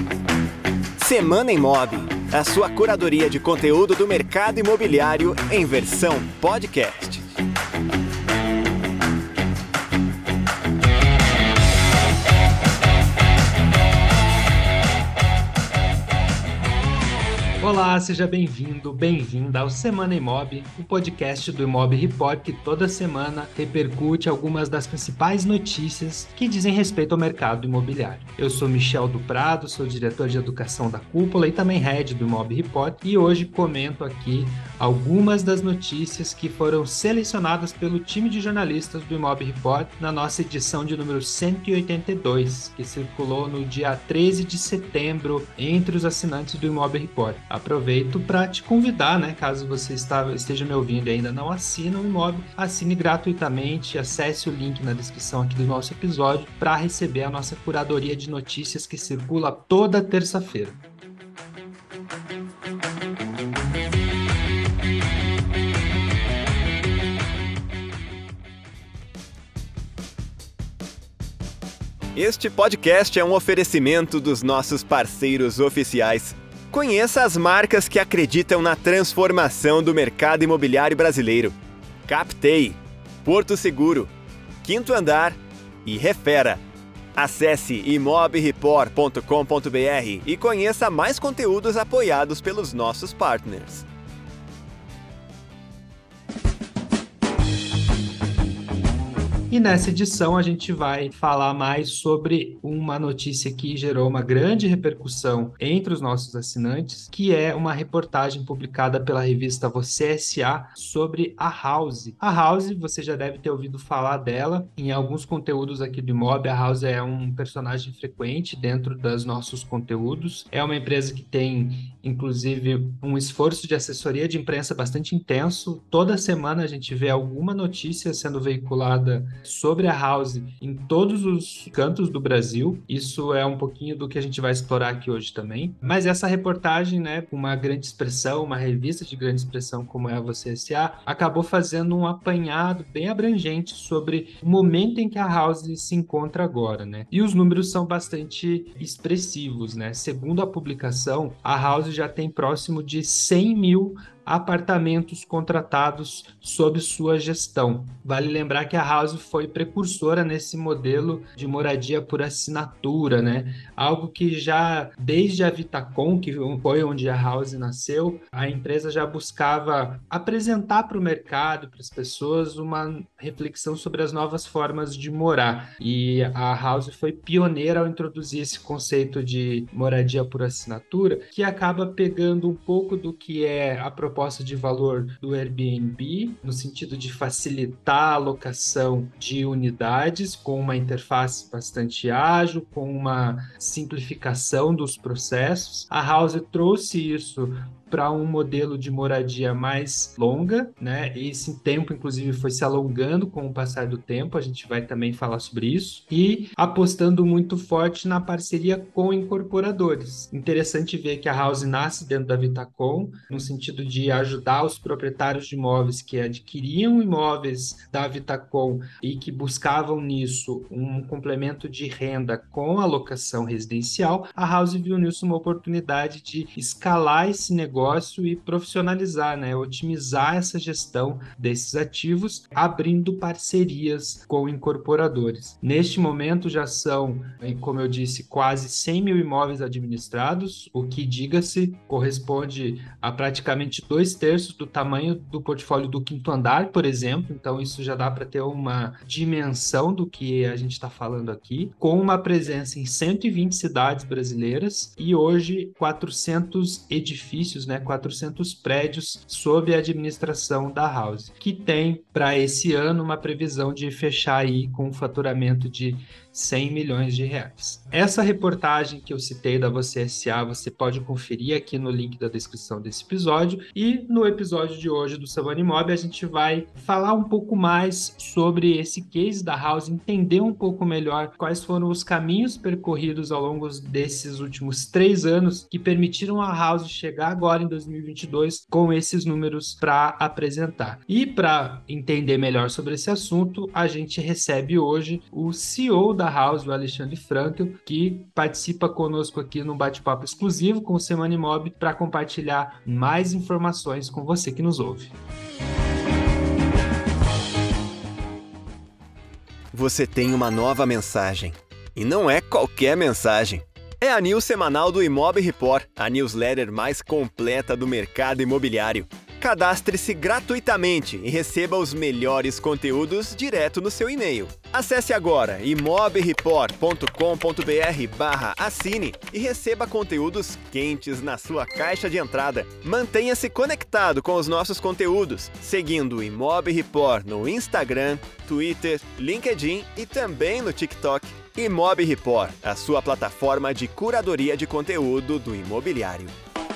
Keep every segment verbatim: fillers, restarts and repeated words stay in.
Semana Imob, a sua curadoria de conteúdo do mercado imobiliário em versão podcast. Olá, seja bem-vindo, bem-vinda ao Semana Imob, o podcast do Imob Report que toda semana repercute algumas das principais notícias que dizem respeito ao mercado imobiliário. Eu sou Michel do Prado, sou diretor de educação da Cúpula e também head do Imob Report, e hoje comento aqui algumas das notícias que foram selecionadas pelo time de jornalistas do Imob Report na nossa edição de número cento e oitenta e dois, que circulou no dia treze de setembro entre os assinantes do Imob Report. Aproveito para te convidar, né? Caso você está, esteja me ouvindo e ainda não assina o Imob, assine gratuitamente, acesse o link na descrição aqui do nosso episódio para receber a nossa curadoria de notícias que circula toda terça-feira. Este podcast é um oferecimento dos nossos parceiros oficiais. Conheça as marcas que acreditam na transformação do mercado imobiliário brasileiro. Captei, Porto Seguro, Quinto Andar e Refera. Acesse imob report ponto com ponto b r e conheça mais conteúdos apoiados pelos nossos partners. E nessa edição a gente vai falar mais sobre uma notícia que gerou uma grande repercussão entre os nossos assinantes, que é uma reportagem publicada pela revista Você S A sobre a House. A House, você já deve ter ouvido falar dela em alguns conteúdos aqui do Imob. A House é um personagem frequente dentro dos nossos conteúdos. É uma empresa que tem, inclusive, um esforço de assessoria de imprensa bastante intenso. Toda semana a gente vê alguma notícia sendo veiculada sobre a House em todos os cantos do Brasil. Isso é um pouquinho do que a gente vai explorar aqui hoje também. Mas essa reportagem, né, com uma grande expressão, uma revista de grande expressão como é a Você S A, acabou fazendo um apanhado bem abrangente sobre o momento em que a House se encontra agora, né? E os números são bastante expressivos, né? Segundo a publicação, a House já tem próximo de cem mil apartamentos contratados sob sua gestão. Vale lembrar que a House foi precursora nesse modelo de moradia por assinatura, né? Algo que já desde a Vitacom, que foi onde a House nasceu, a empresa já buscava apresentar para o mercado, para as pessoas, uma reflexão sobre as novas formas de morar. E a House foi pioneira ao introduzir esse conceito de moradia por assinatura, que acaba pegando um pouco do que é a proposta de valor do Airbnb, no sentido de facilitar a alocação de unidades com uma interface bastante ágil, com uma simplificação dos processos. A House trouxe isso para um modelo de moradia mais longa, né? Esse tempo, inclusive, foi se alongando com o passar do tempo, a gente vai também falar sobre isso, e apostando muito forte na parceria com incorporadores. Interessante ver que a House nasce dentro da Vitacom, no sentido de ajudar os proprietários de imóveis que adquiriam imóveis da Vitacom e que buscavam nisso um complemento de renda com a locação residencial. A House viu nisso uma oportunidade de escalar esse negócio e profissionalizar, né? Otimizar essa gestão desses ativos, abrindo parcerias com incorporadores. Neste momento já são, como eu disse, quase cem mil imóveis administrados, o que, diga-se, corresponde a praticamente dois terços do tamanho do portfólio do Quinto Andar, por exemplo. Então isso já dá para ter uma dimensão do que a gente está falando aqui, com uma presença em cento e vinte cidades brasileiras e hoje quatrocentos edifícios, né? quatrocentos prédios sob a administração da House, que tem para esse ano uma previsão de fechar aí com um faturamento de cem milhões de reais. Essa reportagem que eu citei da Você S A, você pode conferir aqui no link da descrição desse episódio, e no episódio de hoje do Semana Imob a gente vai falar um pouco mais sobre esse case da House, entender um pouco melhor quais foram os caminhos percorridos ao longo desses últimos três anos que permitiram a House chegar agora em dois mil e vinte e dois com esses números para apresentar. E para entender melhor sobre esse assunto, a gente recebe hoje o C E O da da House, o Alexandre Frankel, que participa conosco aqui num bate-papo exclusivo com o Semana Imob para compartilhar mais informações com você que nos ouve. Você tem uma nova mensagem. E não é qualquer mensagem. É a news semanal do Imob Report, a newsletter mais completa do mercado imobiliário. Cadastre-se gratuitamente e receba os melhores conteúdos direto no seu e-mail. Acesse agora imobreport ponto com ponto b r barra assine e receba conteúdos quentes na sua caixa de entrada. Mantenha-se conectado com os nossos conteúdos, seguindo o Imob Report no Instagram, Twitter, LinkedIn e também no TikTok. Imob Report, a sua plataforma de curadoria de conteúdo do imobiliário.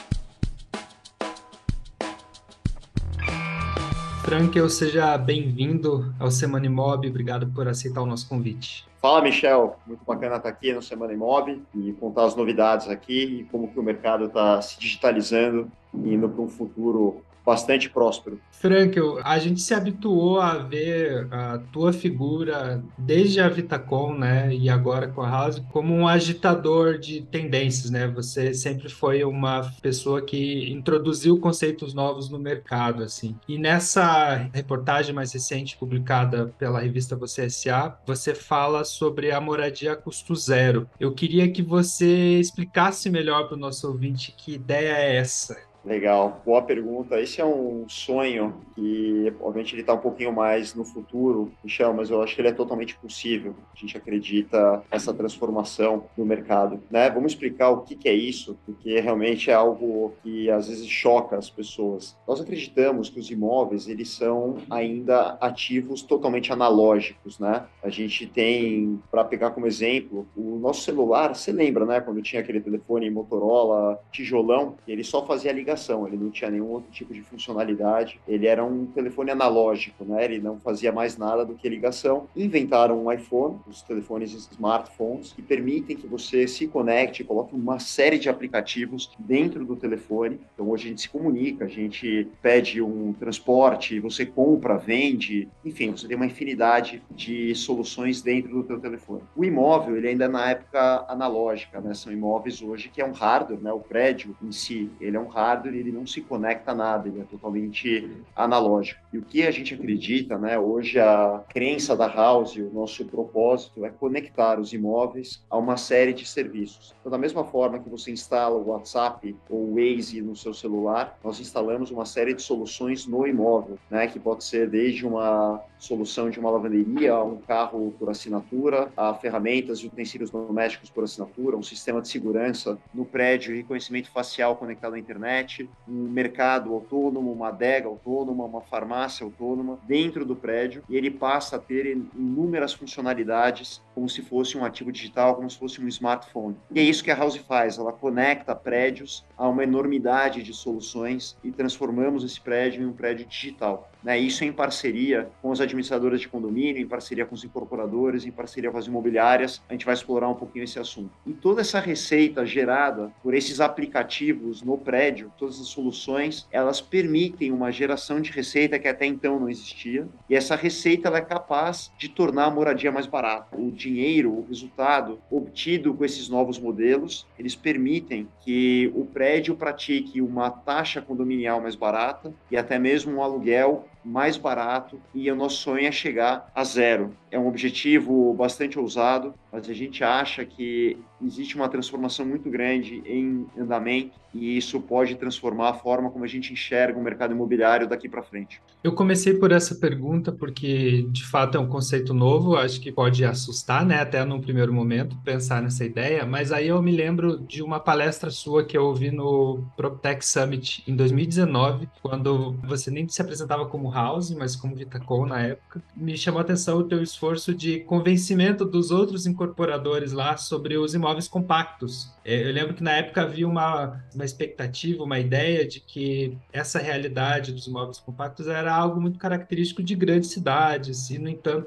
Frankel, seja bem-vindo ao Semana Imob, obrigado por aceitar o nosso convite. Fala, Michel, muito bacana estar aqui no Semana Imob e contar as novidades aqui e como que o mercado está se digitalizando e indo para um futuro bastante próspero. Frankel, a gente se habituou a ver a tua figura desde a Vitacom, né, e agora com a House, como um agitador de tendências, né? Você sempre foi uma pessoa que introduziu conceitos novos no mercado, assim. E nessa reportagem mais recente publicada pela revista Você S A, você fala sobre a moradia a custo zero. Eu queria que você explicasse melhor para o nosso ouvinte que ideia é essa. Legal, boa pergunta. Esse é um sonho que, obviamente, ele está um pouquinho mais no futuro, Michel, mas eu acho que ele é totalmente possível. A gente acredita nessa transformação no mercado, né? Vamos explicar o que, que é isso, porque realmente é algo que às vezes choca as pessoas. Nós acreditamos que os imóveis, eles são ainda ativos totalmente analógicos, né? A gente tem, para pegar como exemplo, o nosso celular, você lembra, né? Quando tinha aquele telefone Motorola tijolão, ele só fazia ligação. Ele não tinha nenhum outro tipo de funcionalidade, ele era um telefone analógico, né? Ele não fazia mais nada do que ligação. Inventaram um iPhone, os telefones smartphones, que permitem que você se conecte, coloque uma série de aplicativos dentro do telefone. Então hoje a gente se comunica, a gente pede um transporte, você compra, vende, enfim, você tem uma infinidade de soluções dentro do teu telefone. O imóvel, ele ainda é na época analógica, né? São imóveis hoje que é um hardware, né? O prédio em si, ele é um hardware, ele não se conecta a nada, ele é totalmente analógico. E o que a gente acredita, né, hoje a crença da House, o nosso propósito é conectar os imóveis a uma série de serviços. Então, da mesma forma que você instala o WhatsApp ou o Waze no seu celular, nós instalamos uma série de soluções no imóvel, né, que pode ser desde uma solução de uma lavanderia, um carro por assinatura, a ferramentas e utensílios domésticos por assinatura, um sistema de segurança no prédio, reconhecimento facial conectado à internet, um mercado autônomo, uma adega autônoma, uma farmácia autônoma dentro do prédio, e ele passa a ter inúmeras funcionalidades como se fosse um ativo digital, como se fosse um smartphone. E é isso que a House faz, ela conecta prédios a uma enormidade de soluções e transformamos esse prédio em um prédio digital. Né? Isso em parceria com as administradoras de condomínio, em parceria com os incorporadores, em parceria com as imobiliárias, a gente vai explorar um pouquinho esse assunto. E toda essa receita gerada por esses aplicativos no prédio, todas as soluções, elas permitem uma geração de receita que até então não existia, e essa receita ela é capaz de tornar a moradia mais barata. O dinheiro, o resultado obtido com esses novos modelos, eles permitem que o prédio pratique uma taxa condominial mais barata e até mesmo um aluguel mais barato, e o nosso sonho é chegar a zero. É um objetivo bastante ousado, mas a gente acha que existe uma transformação muito grande em andamento e isso pode transformar a forma como a gente enxerga o mercado imobiliário daqui para frente. Eu comecei por essa pergunta porque, de fato, é um conceito novo, acho que pode assustar, né, até num primeiro momento, pensar nessa ideia, mas aí eu me lembro de uma palestra sua que eu ouvi no PropTech Summit em dois mil e dezenove, quando você nem se apresentava como House, mas como Vitacom na época. Me chamou a atenção o teu esforço de convencimento dos outros incorporadores lá sobre os imóveis compactos. Eu lembro que na época havia uma, uma expectativa, uma ideia de que essa realidade dos imóveis compactos era algo muito característico de grandes cidades e, no entanto,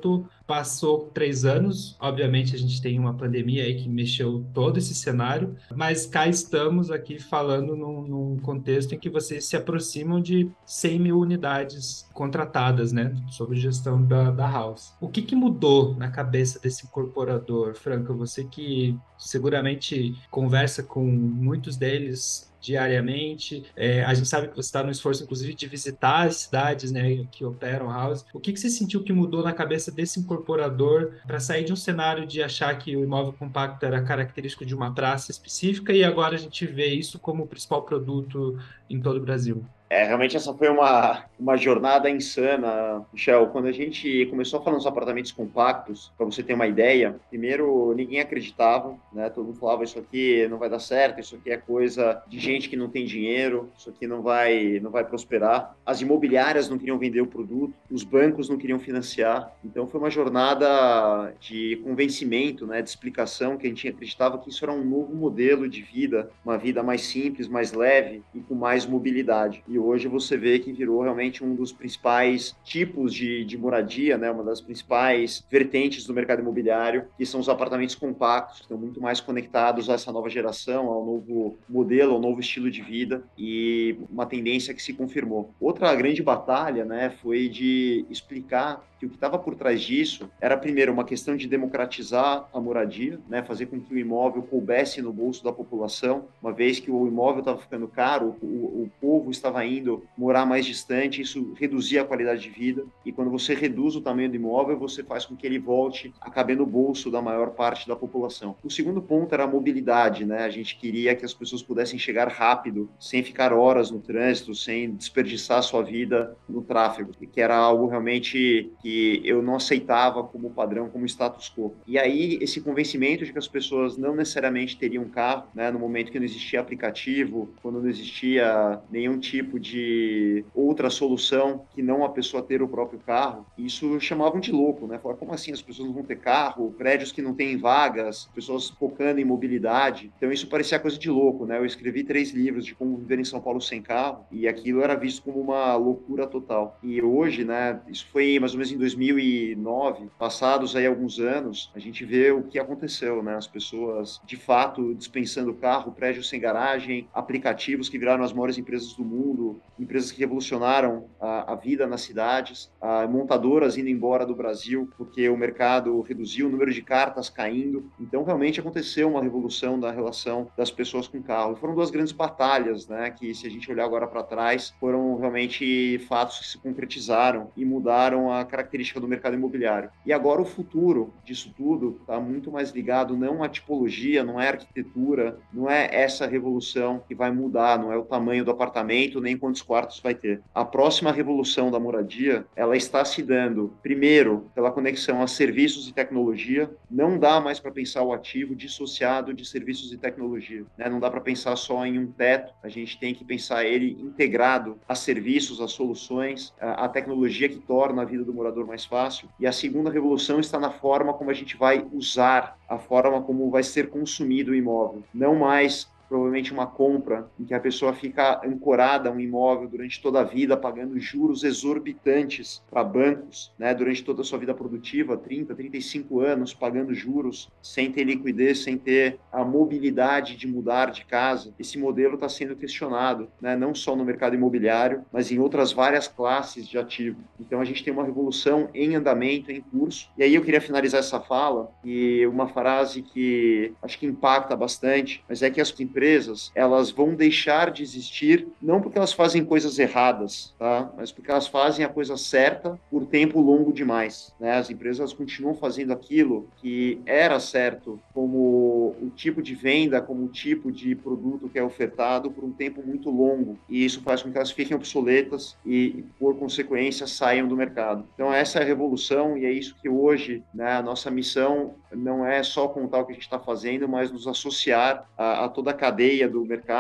Passou três anos, obviamente a gente tem uma pandemia aí que mexeu todo esse cenário, mas cá estamos aqui falando num, num contexto em que vocês se aproximam de cem mil unidades contratadas, né, sob gestão da, da House. O que que mudou na cabeça desse incorporador, Franca? Você que seguramente conversa com muitos deles diariamente. É, a gente sabe que você está no esforço, inclusive, de visitar as cidades, né, que operam house. O que que você sentiu que mudou na cabeça desse incorporador para sair de um cenário de achar que o imóvel compacto era característico de uma praça específica e agora a gente vê isso como o principal produto em todo o Brasil? É, realmente essa foi uma, uma jornada insana, Michel. Quando a gente começou a falar nos apartamentos compactos, para você ter uma ideia, primeiro ninguém acreditava, né? Todo mundo falava isso aqui não vai dar certo, isso aqui é coisa de gente que não tem dinheiro, isso aqui não vai, não vai prosperar. As imobiliárias não queriam vender o produto, os bancos não queriam financiar. Então foi uma jornada de convencimento, né? De explicação que a gente acreditava que isso era um novo modelo de vida, uma vida mais simples, mais leve e com mais mobilidade. E hoje você vê que virou realmente um dos principais tipos de, de moradia, né? Uma das principais vertentes do mercado imobiliário, que são os apartamentos compactos, que estão muito mais conectados a essa nova geração, ao novo modelo, ao novo estilo de vida, e uma tendência que se confirmou. Outra grande batalha, né, foi de explicar que o que estava por trás disso era, primeiro, uma questão de democratizar a moradia, né, fazer com que o imóvel coubesse no bolso da população, uma vez que o imóvel estava ficando caro, o, o povo estava indo morar mais distante, isso reduzia a qualidade de vida, e quando você reduz o tamanho do imóvel, você faz com que ele volte a caber no bolso da maior parte da população. O segundo ponto era a mobilidade, né? A gente queria que as pessoas pudessem chegar rápido, sem ficar horas no trânsito, sem desperdiçar a sua vida no tráfego, que era algo realmente que eu não aceitava como padrão, como status quo. E aí, esse convencimento de que as pessoas não necessariamente teriam carro, né? No momento que não existia aplicativo, quando não existia nenhum tipo de outra solução que não a pessoa ter o próprio carro, isso chamavam de louco, né? Falaram, como assim as pessoas não vão ter carro, prédios que não têm vagas, pessoas focando em mobilidade. Então isso parecia coisa de louco, né? Eu escrevi três livros de como viver em São Paulo sem carro e aquilo era visto como uma loucura total. E hoje, né, isso foi mais ou menos em dois mil e nove, passados aí alguns anos, a gente vê o que aconteceu, né? As pessoas, de fato, dispensando carro, prédios sem garagem, aplicativos que viraram as maiores empresas do mundo, empresas que revolucionaram a, a vida nas cidades, a, montadoras indo embora do Brasil porque o mercado reduziu, o número de cartas caindo. Então, realmente aconteceu uma revolução da relação das pessoas com carro. E foram duas grandes batalhas, né, que, se a gente olhar agora para trás, foram realmente fatos que se concretizaram e mudaram a característica do mercado imobiliário. E agora o futuro disso tudo está muito mais ligado não à tipologia, não é a arquitetura, não é essa revolução que vai mudar, não é o tamanho do apartamento, nem quantos quartos vai ter. A próxima revolução da moradia, ela está se dando, primeiro, pela conexão a serviços e tecnologia. Não dá mais para pensar o ativo dissociado de serviços e tecnologia, né? Não dá para pensar só em um teto, a gente tem que pensar ele integrado a serviços, a soluções, a, a tecnologia que torna a vida do morador mais fácil. E a segunda revolução está na forma como a gente vai usar, a forma como vai ser consumido o imóvel. Não mais provavelmente uma compra em que a pessoa fica ancorada a um imóvel durante toda a vida, pagando juros exorbitantes para bancos, né, durante toda a sua vida produtiva, trinta, trinta e cinco anos, pagando juros, sem ter liquidez, sem ter a mobilidade de mudar de casa. Esse modelo está sendo questionado, né, não só no mercado imobiliário, mas em outras várias classes de ativo. Então a gente tem uma revolução em andamento, em curso. E aí eu queria finalizar essa fala e uma frase que acho que impacta bastante, mas é que as empresas empresas, elas vão deixar de existir, não porque elas fazem coisas erradas, tá? Mas porque elas fazem a coisa certa por tempo longo demais, né? As empresas continuam fazendo aquilo que era certo como o tipo de venda, como o tipo de produto que é ofertado por um tempo muito longo, e isso faz com que elas fiquem obsoletas e, por consequência, saiam do mercado. Então, essa é a revolução e é isso que hoje, né, a nossa missão não é só contar o que a gente está fazendo, mas nos associar a, a toda a cadeia do mercado,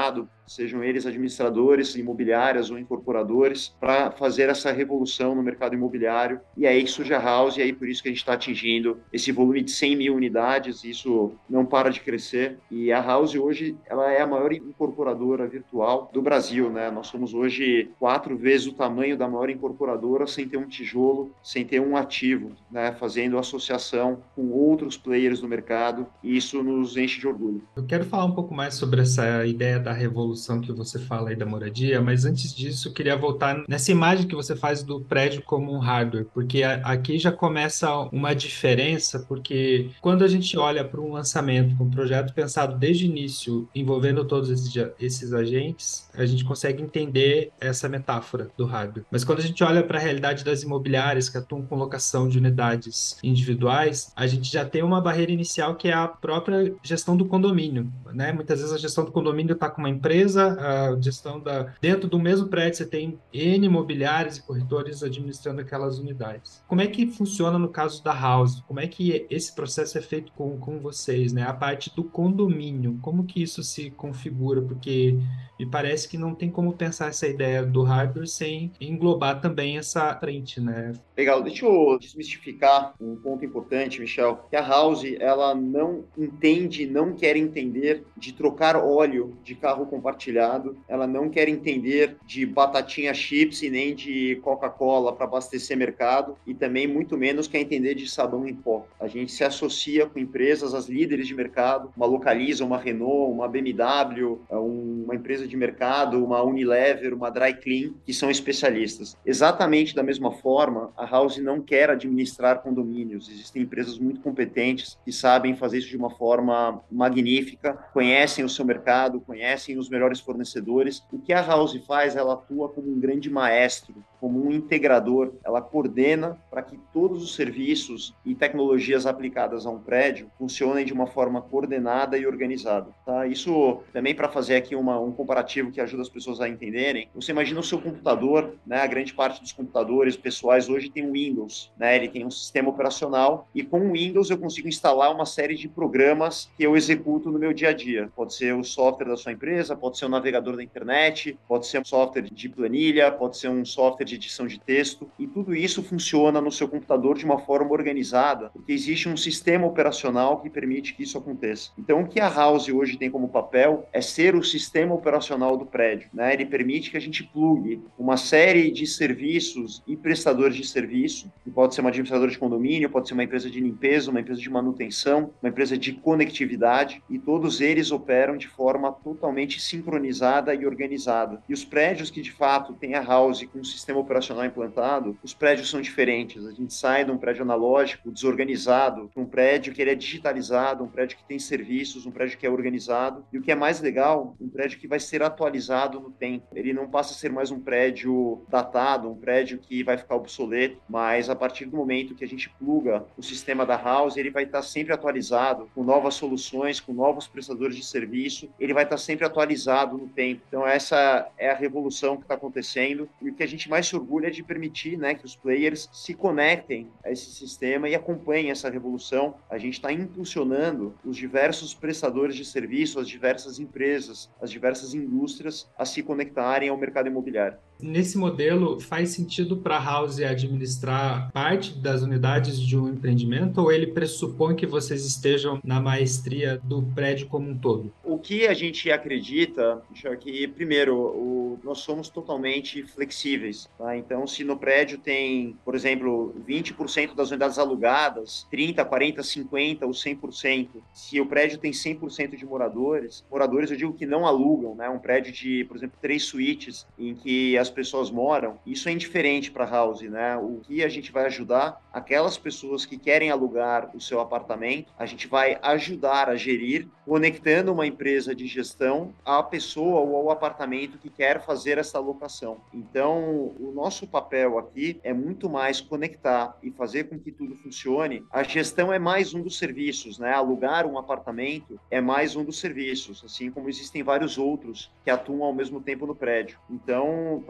sejam eles administradores, imobiliárias ou incorporadores, para fazer essa revolução no mercado imobiliário. E é aí que surge a House, e aí por isso que a gente está atingindo esse volume de cem mil unidades, isso não para de crescer. E a House hoje, ela é a maior incorporadora virtual do Brasil, né? Nós somos hoje quatro vezes o tamanho da maior incorporadora sem ter um tijolo, sem ter um ativo, né? Fazendo associação com outros players do mercado, e isso nos enche de orgulho. Eu quero falar um pouco mais sobre essa ideia da revolução que você fala aí da moradia, mas antes disso, eu queria voltar nessa imagem que você faz do prédio como um hardware, porque a- aqui já começa uma diferença, porque quando a gente olha para um lançamento, para um projeto pensado desde o início, envolvendo todos esses, ja- esses agentes, a gente consegue entender essa metáfora do hardware. Mas quando a gente olha para a realidade das imobiliárias que atuam com locação de unidades individuais, a gente já tem uma barreira inicial que é a própria gestão do condomínio, né? Muitas vezes a gestão do condomínio está com uma empresa, a gestão da dentro do mesmo prédio você tem N imobiliários e corretores administrando aquelas unidades. Como é que funciona no caso da House? Como é que esse processo é feito com, com vocês, né? A parte do condomínio, como que isso se configura? Porque me parece que não tem como pensar essa ideia do hardware sem englobar também essa frente, né? Legal, deixa eu desmistificar um ponto importante, Michel, que a House, ela não entende, não quer entender de trocar óleo de carro compartilhado, ela não quer entender de batatinha chips e nem de Coca-Cola para abastecer mercado, e também muito menos quer entender de sabão em pó. A gente se associa com empresas, as líderes de mercado, uma Localiza, uma Renault, uma B M W, uma empresa de mercado, uma Unilever, uma Dry Clean, que são especialistas. Exatamente da mesma forma, a House não quer administrar condomínios. Existem empresas muito competentes que sabem fazer isso de uma forma magnífica, conhecem o seu mercado, conhecem os melhores fornecedores. O que a House faz, ela atua como um grande maestro, como um integrador. Ela coordena para que todos os serviços e tecnologias aplicadas a um prédio funcionem de uma forma coordenada e organizada. Tá? Isso também para fazer aqui uma, um comparativo que ajuda as pessoas a entenderem. Você imagina o seu computador, né? A grande parte dos computadores pessoais hoje tem o Windows, né? Ele tem um sistema operacional e com o Windows eu consigo instalar uma série de programas que eu executo no meu dia a dia. Pode ser o software da sua empresa, pode ser o navegador da internet, pode ser um software de planilha, pode ser um software de edição de texto, e tudo isso funciona no seu computador de uma forma organizada, porque existe um sistema operacional que permite que isso aconteça. Então, o que a House hoje tem como papel é ser o sistema operacional do prédio, né? Ele permite que a gente plugue uma série de serviços e prestadores de serviço, que pode ser uma administradora de condomínio, pode ser uma empresa de limpeza, uma empresa de manutenção, uma empresa de conectividade, e todos eles operam de forma totalmente sincronizada e organizada. E os prédios que, de fato, têm a House com um sistema operacional implantado, os prédios são diferentes. A gente sai de um prédio analógico, desorganizado, para um prédio que ele é digitalizado, um prédio que tem serviços, um prédio que é organizado, e o que é mais legal, um prédio que vai ser atualizado no tempo. Ele não passa a ser mais um prédio datado, um prédio que vai ficar obsoleto, mas a partir do momento que a gente pluga o sistema da House, ele vai estar sempre atualizado, com novas soluções, com novos prestadores de serviço, ele vai estar sempre atualizado no tempo. Então essa é a revolução que está acontecendo, e o que a gente mais se orgulha é de permitir, né, que os players se conectem a esse sistema e acompanhem essa revolução. A gente está impulsionando os diversos prestadores de serviço, as diversas empresas, as diversas indústrias a se conectarem ao mercado imobiliário. Nesse modelo, faz sentido para a House administrar parte das unidades de um empreendimento ou ele pressupõe que vocês estejam na maestria do prédio como um todo? O que a gente acredita é que, primeiro, o, nós somos totalmente flexíveis. Tá? Então, se no prédio tem, por exemplo, vinte por cento das unidades alugadas, trinta, quarenta, cinquenta ou cem por cento, se o prédio tem cem por cento de moradores, moradores eu digo que não alugam, né? Um prédio de, por exemplo, três suítes em que as pessoas moram, isso é indiferente para a House, né? O que a gente vai ajudar, aquelas pessoas que querem alugar o seu apartamento, a gente vai ajudar a gerir, conectando uma empresa de gestão à pessoa ou ao apartamento que quer fazer essa alocação. Então, o nosso papel aqui é muito mais conectar e fazer com que tudo funcione. A gestão é mais um dos serviços, né? Alugar um apartamento é mais um dos serviços, assim como existem vários outros que atuam ao mesmo tempo no prédio. Então, para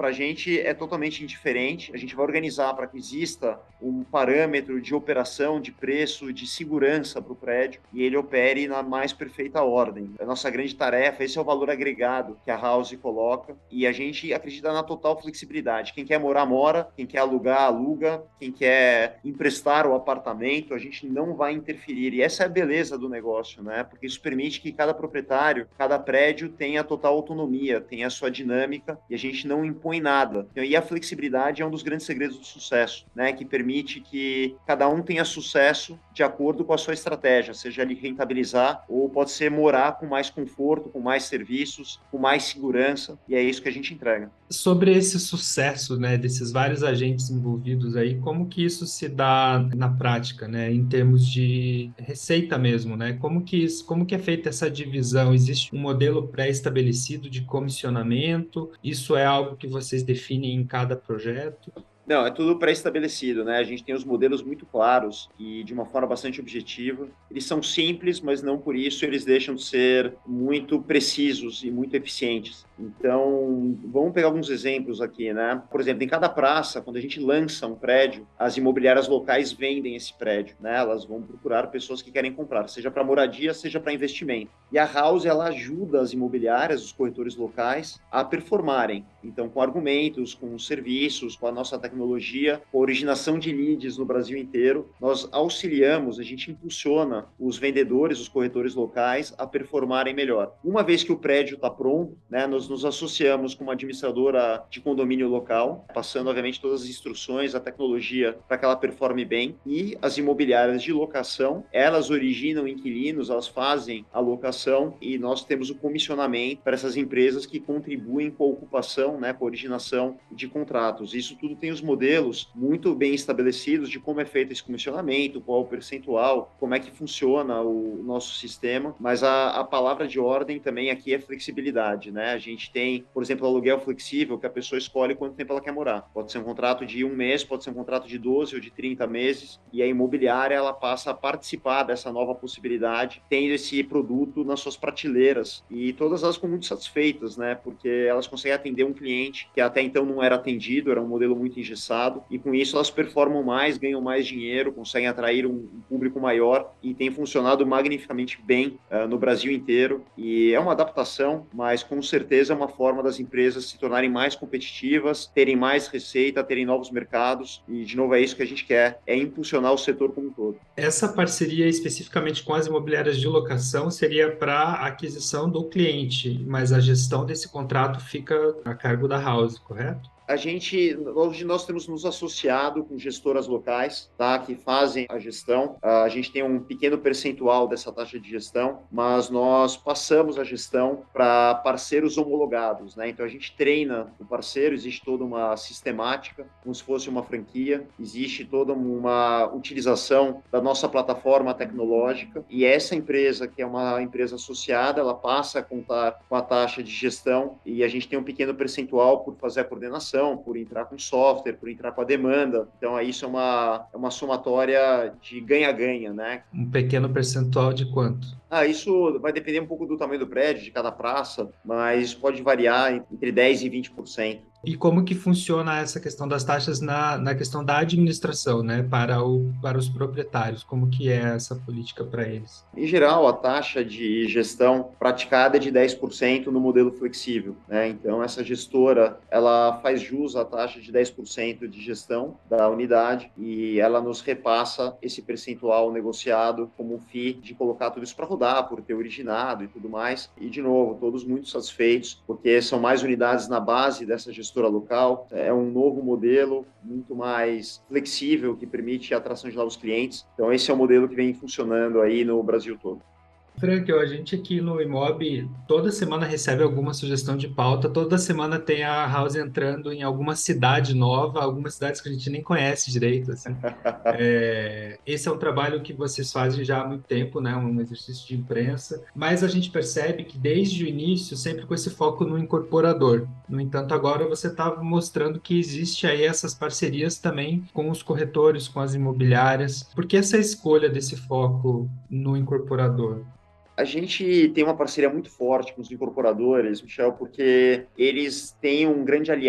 a gente é totalmente indiferente, a gente vai organizar para que exista um parâmetro de operação, de preço, de segurança para o prédio e ele opere na mais perfeita ordem. A nossa grande tarefa, esse é o valor agregado que a House coloca e a gente acredita na total flexibilidade. Quem quer morar, mora, quem quer alugar, aluga, quem quer emprestar o apartamento, a gente não vai interferir. E essa é a beleza do negócio, né? Porque isso permite que cada proprietário, cada prédio tenha total autonomia, tenha a sua dinâmica e a gente não impõe nada. E a flexibilidade é um dos grandes segredos do sucesso, né? Que permite que cada um tenha sucesso de acordo com a sua estratégia, seja ele rentabilizar ou pode ser morar com mais conforto, com mais serviços, com mais segurança, e é isso que a gente entrega. Sobre esse sucesso, né, desses vários agentes envolvidos aí, como que isso se dá na prática, né, em termos de receita mesmo, né? Como que isso, como que é feita essa divisão? Existe um modelo pré-estabelecido de comissionamento? Isso é algo que vocês definem em cada projeto? Não, é tudo pré-estabelecido, né? A gente tem os modelos muito claros e de uma forma bastante objetiva. Eles são simples, mas não por isso eles deixam de ser muito precisos e muito eficientes. Então, vamos pegar alguns exemplos aqui, né? Por exemplo, em cada praça, quando a gente lança um prédio, as imobiliárias locais vendem esse prédio, né? Elas vão procurar pessoas que querem comprar, seja para moradia, seja para investimento. E a House, ela ajuda as imobiliárias, os corretores locais, a performarem. Então, com argumentos, com serviços, com a nossa tecnologia, com a originação de leads no Brasil inteiro, nós auxiliamos, a gente impulsiona os vendedores, os corretores locais a performarem melhor. Uma vez que o prédio está pronto, né, nós nos associamos com uma administradora de condomínio local, passando, obviamente, todas as instruções, a tecnologia para que ela performe bem, e as imobiliárias de locação, elas originam inquilinos, elas fazem a locação e nós temos o comissionamento para essas empresas que contribuem com a ocupação, né, com a originação de contratos. Isso tudo tem os modelos muito bem estabelecidos de como é feito esse comissionamento, qual é o percentual, como é que funciona o nosso sistema, mas a, a palavra de ordem também aqui é flexibilidade, né? A gente tem, por exemplo, o aluguel flexível, que a pessoa escolhe quanto tempo ela quer morar. Pode ser um contrato de um mês, pode ser um contrato de doze ou de trinta meses, e a imobiliária ela passa a participar dessa nova possibilidade, tendo esse produto nas suas prateleiras, e todas elas ficam muito satisfeitas, né? Porque elas conseguem atender um cliente que até então não era atendido, era um modelo muito engessado, e com isso elas performam mais, ganham mais dinheiro, conseguem atrair um público maior, e tem funcionado magnificamente bem uh, no Brasil inteiro, e é uma adaptação, mas com certeza é uma forma das empresas se tornarem mais competitivas, terem mais receita, terem novos mercados, e de novo é isso que a gente quer, é impulsionar o setor como um todo. Essa parceria especificamente com as imobiliárias de locação seria para a aquisição do cliente, mas a gestão desse contrato fica a cargo da House, correto? A gente, hoje nós temos nos associado com gestoras locais, tá, que fazem a gestão. A gente tem um pequeno percentual dessa taxa de gestão, mas nós passamos a gestão para parceiros homologados, né? Então a gente treina o parceiro, existe toda uma sistemática, como se fosse uma franquia, existe toda uma utilização da nossa plataforma tecnológica e essa empresa, que é uma empresa associada, ela passa a contar com a taxa de gestão e a gente tem um pequeno percentual por fazer a coordenação, por entrar com software, por entrar com a demanda. Então, isso é uma, é uma somatória de ganha-ganha, né? Um pequeno percentual de quanto? Ah, isso vai depender um pouco do tamanho do prédio, de cada praça, mas pode variar entre dez por cento e vinte por cento. E como que funciona essa questão das taxas na, na questão da administração, né, para, o, para os proprietários? Como que é essa política para eles? Em geral, a taxa de gestão praticada é de dez por cento no modelo flexível, né? Então, essa gestora, ela faz jus à taxa de dez por cento de gestão da unidade e ela nos repassa esse percentual negociado como um F I I de colocar tudo isso para rodar, por ter originado e tudo mais. E, de novo, todos muito satisfeitos, porque são mais unidades na base dessa gestora local, é um novo modelo muito mais flexível que permite a atração de novos clientes. Então esse é o modelo que vem funcionando aí no Brasil todo. Frank, a gente aqui no Imob toda semana recebe alguma sugestão de pauta, toda semana tem a House entrando em alguma cidade nova, algumas cidades que a gente nem conhece direito, assim. É, esse é um trabalho que vocês fazem já há muito tempo, né? Um exercício de imprensa, mas a gente percebe que desde o início, sempre com esse foco no incorporador. No entanto, agora você está mostrando que existe aí essas parcerias também com os corretores, com as imobiliárias. Por que essa escolha desse foco no incorporador? A gente tem uma parceria muito forte com os incorporadores, Michel, porque eles têm um grande aliado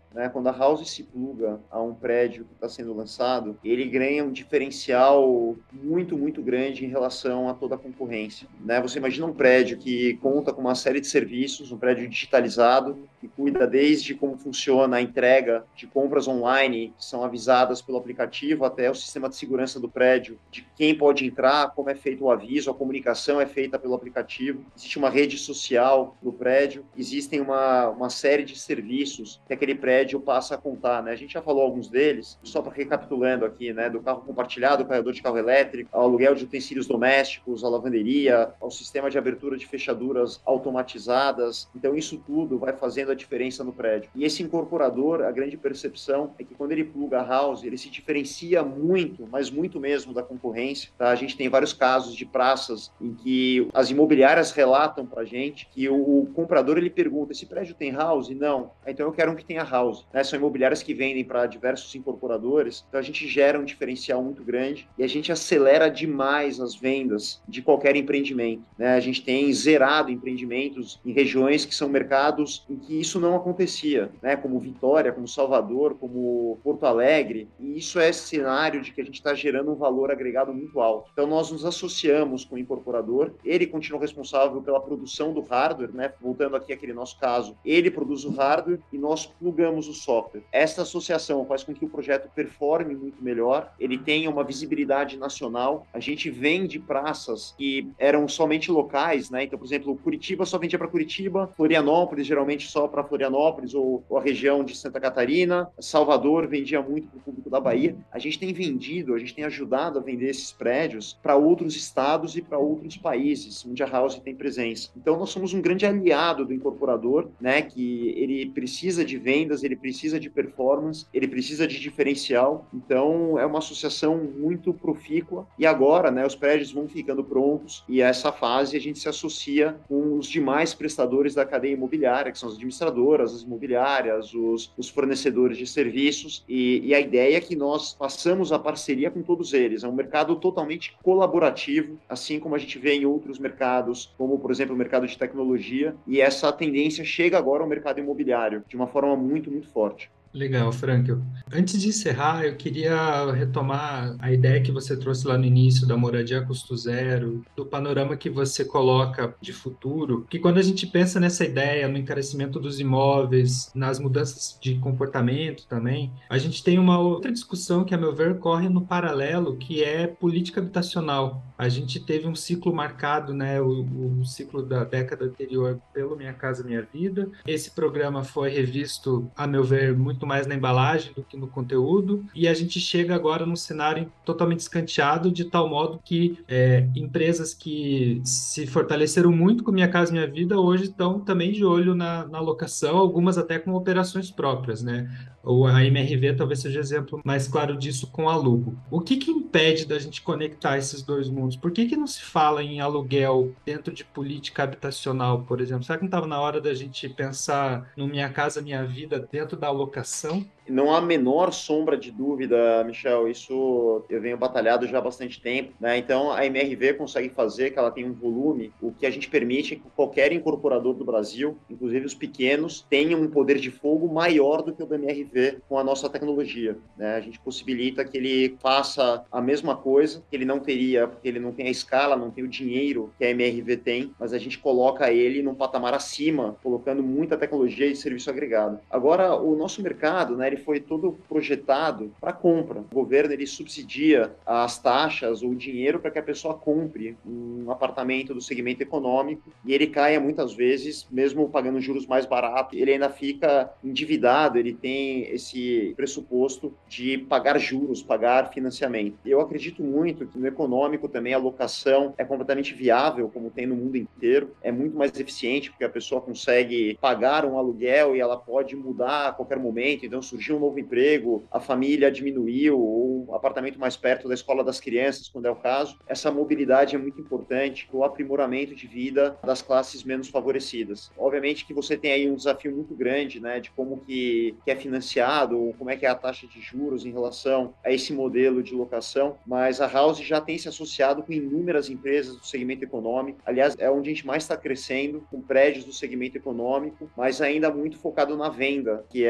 né? Quando a House se pluga a um prédio que está sendo lançado, ele ganha um diferencial muito, muito grande em relação a toda a concorrência, né? Você imagina um prédio que conta com uma série de serviços, um prédio digitalizado, que cuida desde como funciona a entrega de compras online, que são avisadas pelo aplicativo, até o sistema de segurança do prédio, de quem pode entrar, como é feito o aviso, a comunicação é feita pelo aplicativo. Existe uma rede social do prédio, existem uma, uma série de serviços que aquele prédio passa a contar, né? A gente já falou alguns deles, só para recapitulando aqui, né? Do carro compartilhado, carregador de carro elétrico, ao aluguel de utensílios domésticos, à lavanderia, ao sistema de abertura de fechaduras automatizadas. Então, isso tudo vai fazendo a diferença no prédio. E esse incorporador, a grande percepção é que quando ele pluga a House, ele se diferencia muito, mas muito mesmo da concorrência, tá? A gente tem vários casos de praças em que as imobiliárias relatam para a gente que o, o comprador, ele pergunta, esse prédio tem House? Não. Então eu quero um que tenha House. Né? São imobiliárias que vendem para diversos incorporadores, então a gente gera um diferencial muito grande e a gente acelera demais as vendas de qualquer empreendimento. Né? A gente tem zerado empreendimentos em regiões que são mercados em que isso não acontecia, né? Como Vitória, como Salvador, como Porto Alegre, e isso é cenário de que a gente está gerando um valor agregado muito alto. Então nós nos associamos com o incorporador, ele continua responsável pela produção do hardware, né? Voltando aqui àquele nosso caso, ele produz o hardware e nós plugamos o software. Essa associação faz com que o projeto performe muito melhor, ele tenha uma visibilidade nacional. A gente vende praças que eram somente locais, né? Então, por exemplo, Curitiba só vendia para Curitiba, Florianópolis geralmente só para Florianópolis ou, ou a região de Santa Catarina, Salvador vendia muito para o público da Bahia. A gente tem vendido, a gente tem ajudado a vender esses prédios para outros estados e para outros países onde a House tem presença. Então, nós somos um grande aliado do incorporador, né? Que ele precisa de vendas, ele precisa de performance, ele precisa de diferencial. Então, é uma associação muito profícua. E agora, né, os prédios vão ficando prontos e essa fase a gente se associa com os demais prestadores da cadeia imobiliária, que são as administradoras, as imobiliárias, os, os fornecedores de serviços. E, e a ideia é que nós passamos a parceria com todos eles. É um mercado totalmente colaborativo, assim como a gente vê em outros mercados, como, por exemplo, o mercado de tecnologia. E essa tendência chega agora ao mercado imobiliário de uma forma muito, muito forte. Legal, Frankel. Antes de encerrar, eu queria retomar a ideia que você trouxe lá no início da moradia a custo zero, do panorama que você coloca de futuro, que quando a gente pensa nessa ideia, no encarecimento dos imóveis, nas mudanças de comportamento também, a gente tem uma outra discussão que, a meu ver, corre no paralelo, que é política habitacional. A gente teve um ciclo marcado, né, o, o ciclo da década anterior pelo Minha Casa Minha Vida. Esse programa foi revisto, a meu ver, muito mais na embalagem do que no conteúdo, e a gente chega agora num cenário totalmente escanteado, de tal modo que é, empresas que se fortaleceram muito com Minha Casa Minha Vida hoje estão também de olho na, na locação, algumas até com operações próprias, né? Ou a M R V talvez seja exemplo mais claro disso com alugo. O que que impede da gente conectar esses dois mundos? Por que que não se fala em aluguel dentro de política habitacional, por exemplo? Será que não estava na hora da gente pensar no Minha Casa Minha Vida dentro da alocação? Não há a menor sombra de dúvida, Michel, isso eu venho batalhado já há bastante tempo, né? Então a M R V consegue fazer, que ela tem um volume, o que a gente permite é que qualquer incorporador do Brasil, inclusive os pequenos, tenham um poder de fogo maior do que o da M R V com a nossa tecnologia, né? A gente possibilita que ele faça a mesma coisa que ele não teria, porque ele não tem a escala, não tem o dinheiro que a M R V tem, mas a gente coloca ele num patamar acima, colocando muita tecnologia e serviço agregado. Agora, o nosso mercado, né, ele foi todo projetado para compra. O governo ele subsidia as taxas ou o dinheiro para que a pessoa compre um apartamento do segmento econômico e ele caia muitas vezes, mesmo pagando juros mais baratos, ele ainda fica endividado, ele tem esse pressuposto de pagar juros, pagar financiamento. Eu acredito muito que no econômico também a locação é completamente viável, como tem no mundo inteiro, é muito mais eficiente porque a pessoa consegue pagar um aluguel e ela pode mudar a qualquer momento, então surgiu um novo emprego, a família diminuiu, ou um apartamento mais perto da escola das crianças, quando é o caso. Essa mobilidade é muito importante para o aprimoramento de vida das classes menos favorecidas. Obviamente que você tem aí um desafio muito grande, né, de como que, que é financiado, como é que é a taxa de juros em relação a esse modelo de locação, mas a House já tem se associado com inúmeras empresas do segmento econômico. Aliás, é onde a gente mais está crescendo, com prédios do segmento econômico, mas ainda muito focado na venda, que é o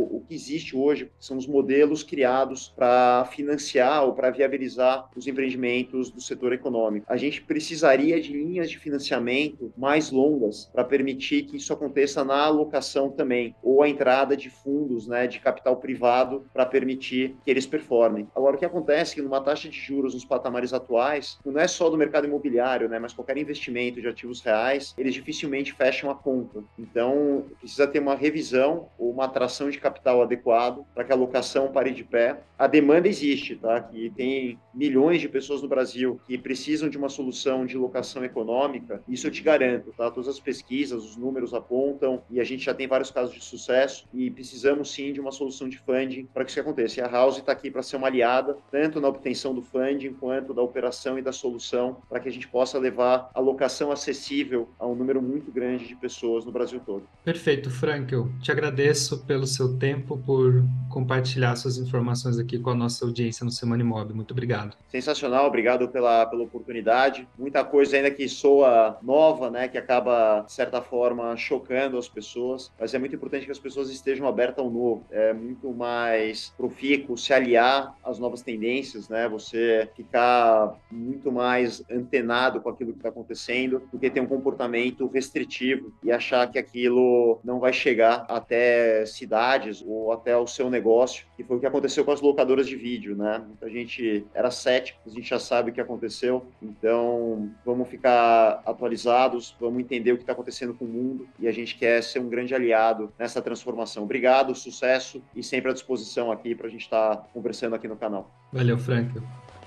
o que existe hoje, que são os modelos criados para financiar ou para viabilizar os empreendimentos do setor econômico. A gente precisaria de linhas de financiamento mais longas para permitir que isso aconteça na alocação também, ou a entrada de fundos, né, de capital privado para permitir que eles performem. Agora, o que acontece é que numa taxa de juros nos patamares atuais, não é só do mercado imobiliário, né, mas qualquer investimento de ativos reais, eles dificilmente fecham a conta. Então, precisa ter uma revisão ou uma atração de capital adequado para que a alocação pare de pé. A demanda existe, tá? Que tem milhões de pessoas no Brasil que precisam de uma solução de locação econômica. Isso eu te garanto, tá? Todas as pesquisas, os números apontam e a gente já tem vários casos de sucesso e precisamos sim de uma solução de funding para que isso aconteça. E a House está aqui para ser uma aliada, tanto na obtenção do funding quanto da operação e da solução, para que a gente possa levar a locação acessível a um número muito grande de pessoas no Brasil todo. Perfeito, Frankel. Te agradeço pelo seu tempo, por compartilhar suas informações aqui com a nossa audiência no Semana Imob. Muito obrigado. Sensacional, obrigado pela, pela oportunidade. Muita coisa ainda que soa nova, né, que acaba, de certa forma, chocando as pessoas, mas é muito importante que as pessoas estejam abertas ao novo. É muito mais profícuo se aliar às novas tendências, né, você ficar muito mais antenado com aquilo que está acontecendo, do que ter um comportamento restritivo e achar que aquilo não vai chegar até cidades ou até o seu negócio, que foi o que aconteceu com as locadoras de vídeo, né? Muita gente era cético, a gente já sabe o que aconteceu, então vamos ficar atualizados, vamos entender o que está acontecendo com o mundo e a gente quer ser um grande aliado nessa transformação. Obrigado, sucesso e sempre à disposição aqui para a gente estar tá conversando aqui no canal. Valeu, Frankel.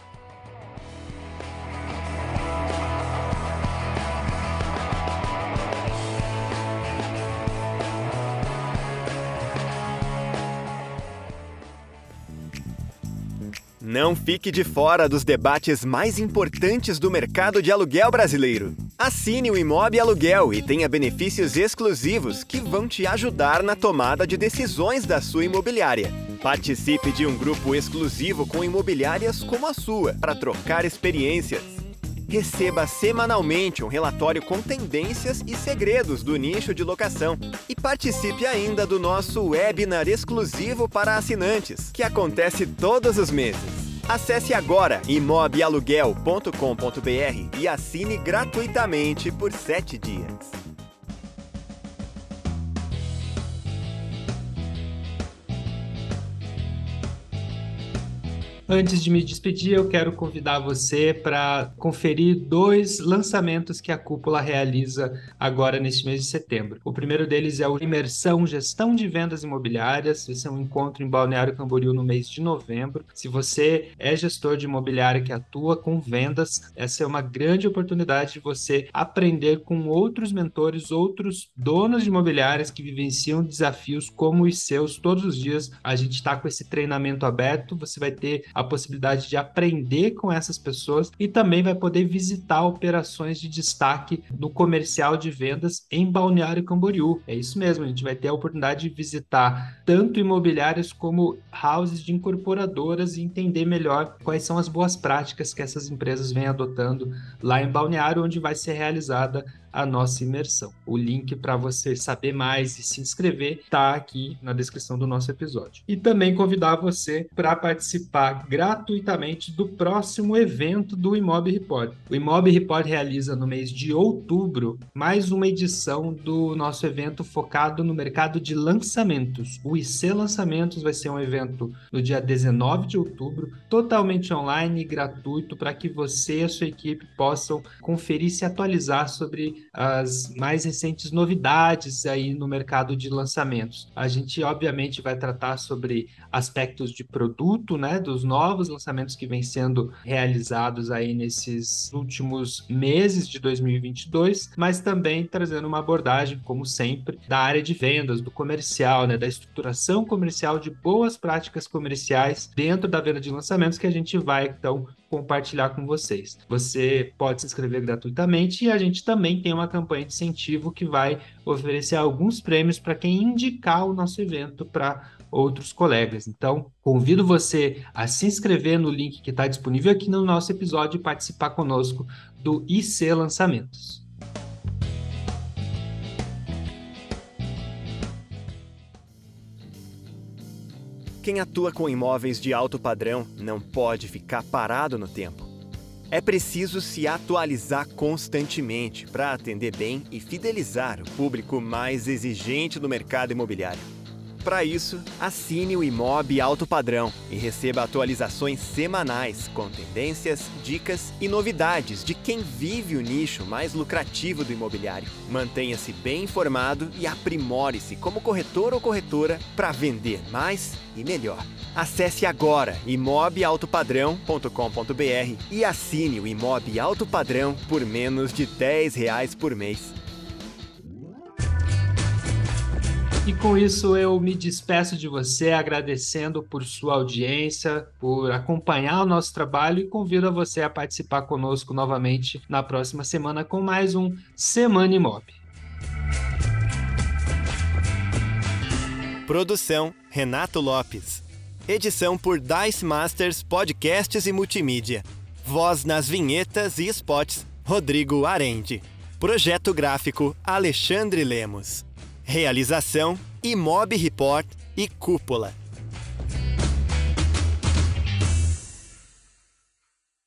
Não fique de fora dos debates mais importantes do mercado de aluguel brasileiro. Assine o Imob Aluguel e tenha benefícios exclusivos que vão te ajudar na tomada de decisões da sua imobiliária. Participe de um grupo exclusivo com imobiliárias como a sua, para trocar experiências. Receba semanalmente um relatório com tendências e segredos do nicho de locação. E participe ainda do nosso webinar exclusivo para assinantes, que acontece todos os meses. Acesse agora imob aluguel ponto com ponto b r e assine gratuitamente por sete dias. Antes de me despedir, eu quero convidar você para conferir dois lançamentos que a Cúpula realiza agora neste mês de setembro. O primeiro deles é o Imersão Gestão de Vendas Imobiliárias. Esse é um encontro em Balneário Camboriú no mês de novembro. Se você é gestor de imobiliária que atua com vendas, essa é uma grande oportunidade de você aprender com outros mentores, outros donos de imobiliárias que vivenciam desafios como os seus todos os dias. A gente está com esse treinamento aberto, você vai ter a possibilidade de aprender com essas pessoas e também vai poder visitar operações de destaque no comercial de vendas em Balneário Camboriú. É isso mesmo, a gente vai ter a oportunidade de visitar tanto imobiliárias como houses de incorporadoras e entender melhor quais são as boas práticas que essas empresas vêm adotando lá em Balneário, onde vai ser realizada a nossa imersão. O link para você saber mais e se inscrever está aqui na descrição do nosso episódio. E também convidar você para participar gratuitamente do próximo evento do Imob Report. O Imob Report realiza no mês de outubro mais uma edição do nosso evento focado no mercado de lançamentos. O I C Lançamentos vai ser um evento no dia dezenove de outubro, totalmente online e gratuito para que você e a sua equipe possam conferir e se atualizar sobre as mais recentes novidades aí no mercado de lançamentos. A gente, obviamente, vai tratar sobre aspectos de produto, né, dos novos lançamentos que vêm sendo realizados aí nesses últimos meses de dois mil e vinte e dois, mas também trazendo uma abordagem, como sempre, da área de vendas, do comercial, né, da estruturação comercial, de boas práticas comerciais dentro da venda de lançamentos que a gente vai, então, compartilhar com vocês. Você pode se inscrever gratuitamente e a gente também tem uma campanha de incentivo que vai oferecer alguns prêmios para quem indicar o nosso evento para outros colegas. Então, convido você a se inscrever no link que está disponível aqui no nosso episódio e participar conosco do I C Lançamentos. Quem atua com imóveis de alto padrão não pode ficar parado no tempo. É preciso se atualizar constantemente para atender bem e fidelizar o público mais exigente do mercado imobiliário. Para isso, assine o Imob Alto Padrão e receba atualizações semanais com tendências, dicas e novidades de quem vive o nicho mais lucrativo do imobiliário. Mantenha-se bem informado e aprimore-se como corretor ou corretora para vender mais e melhor. Acesse agora imob alto padrão ponto com ponto b r e assine o Imob Alto Padrão por menos de dez reais por mês. E com isso eu me despeço de você, agradecendo por sua audiência, por acompanhar o nosso trabalho e convido a você a participar conosco novamente na próxima semana com mais um Semana Imob. Produção Renato Lopes. Edição por Dice Masters Podcasts e Multimídia. Voz nas vinhetas e spots, Rodrigo Arendi. Projeto gráfico Alexandre Lemos. Realização Imob Report e Cúpula.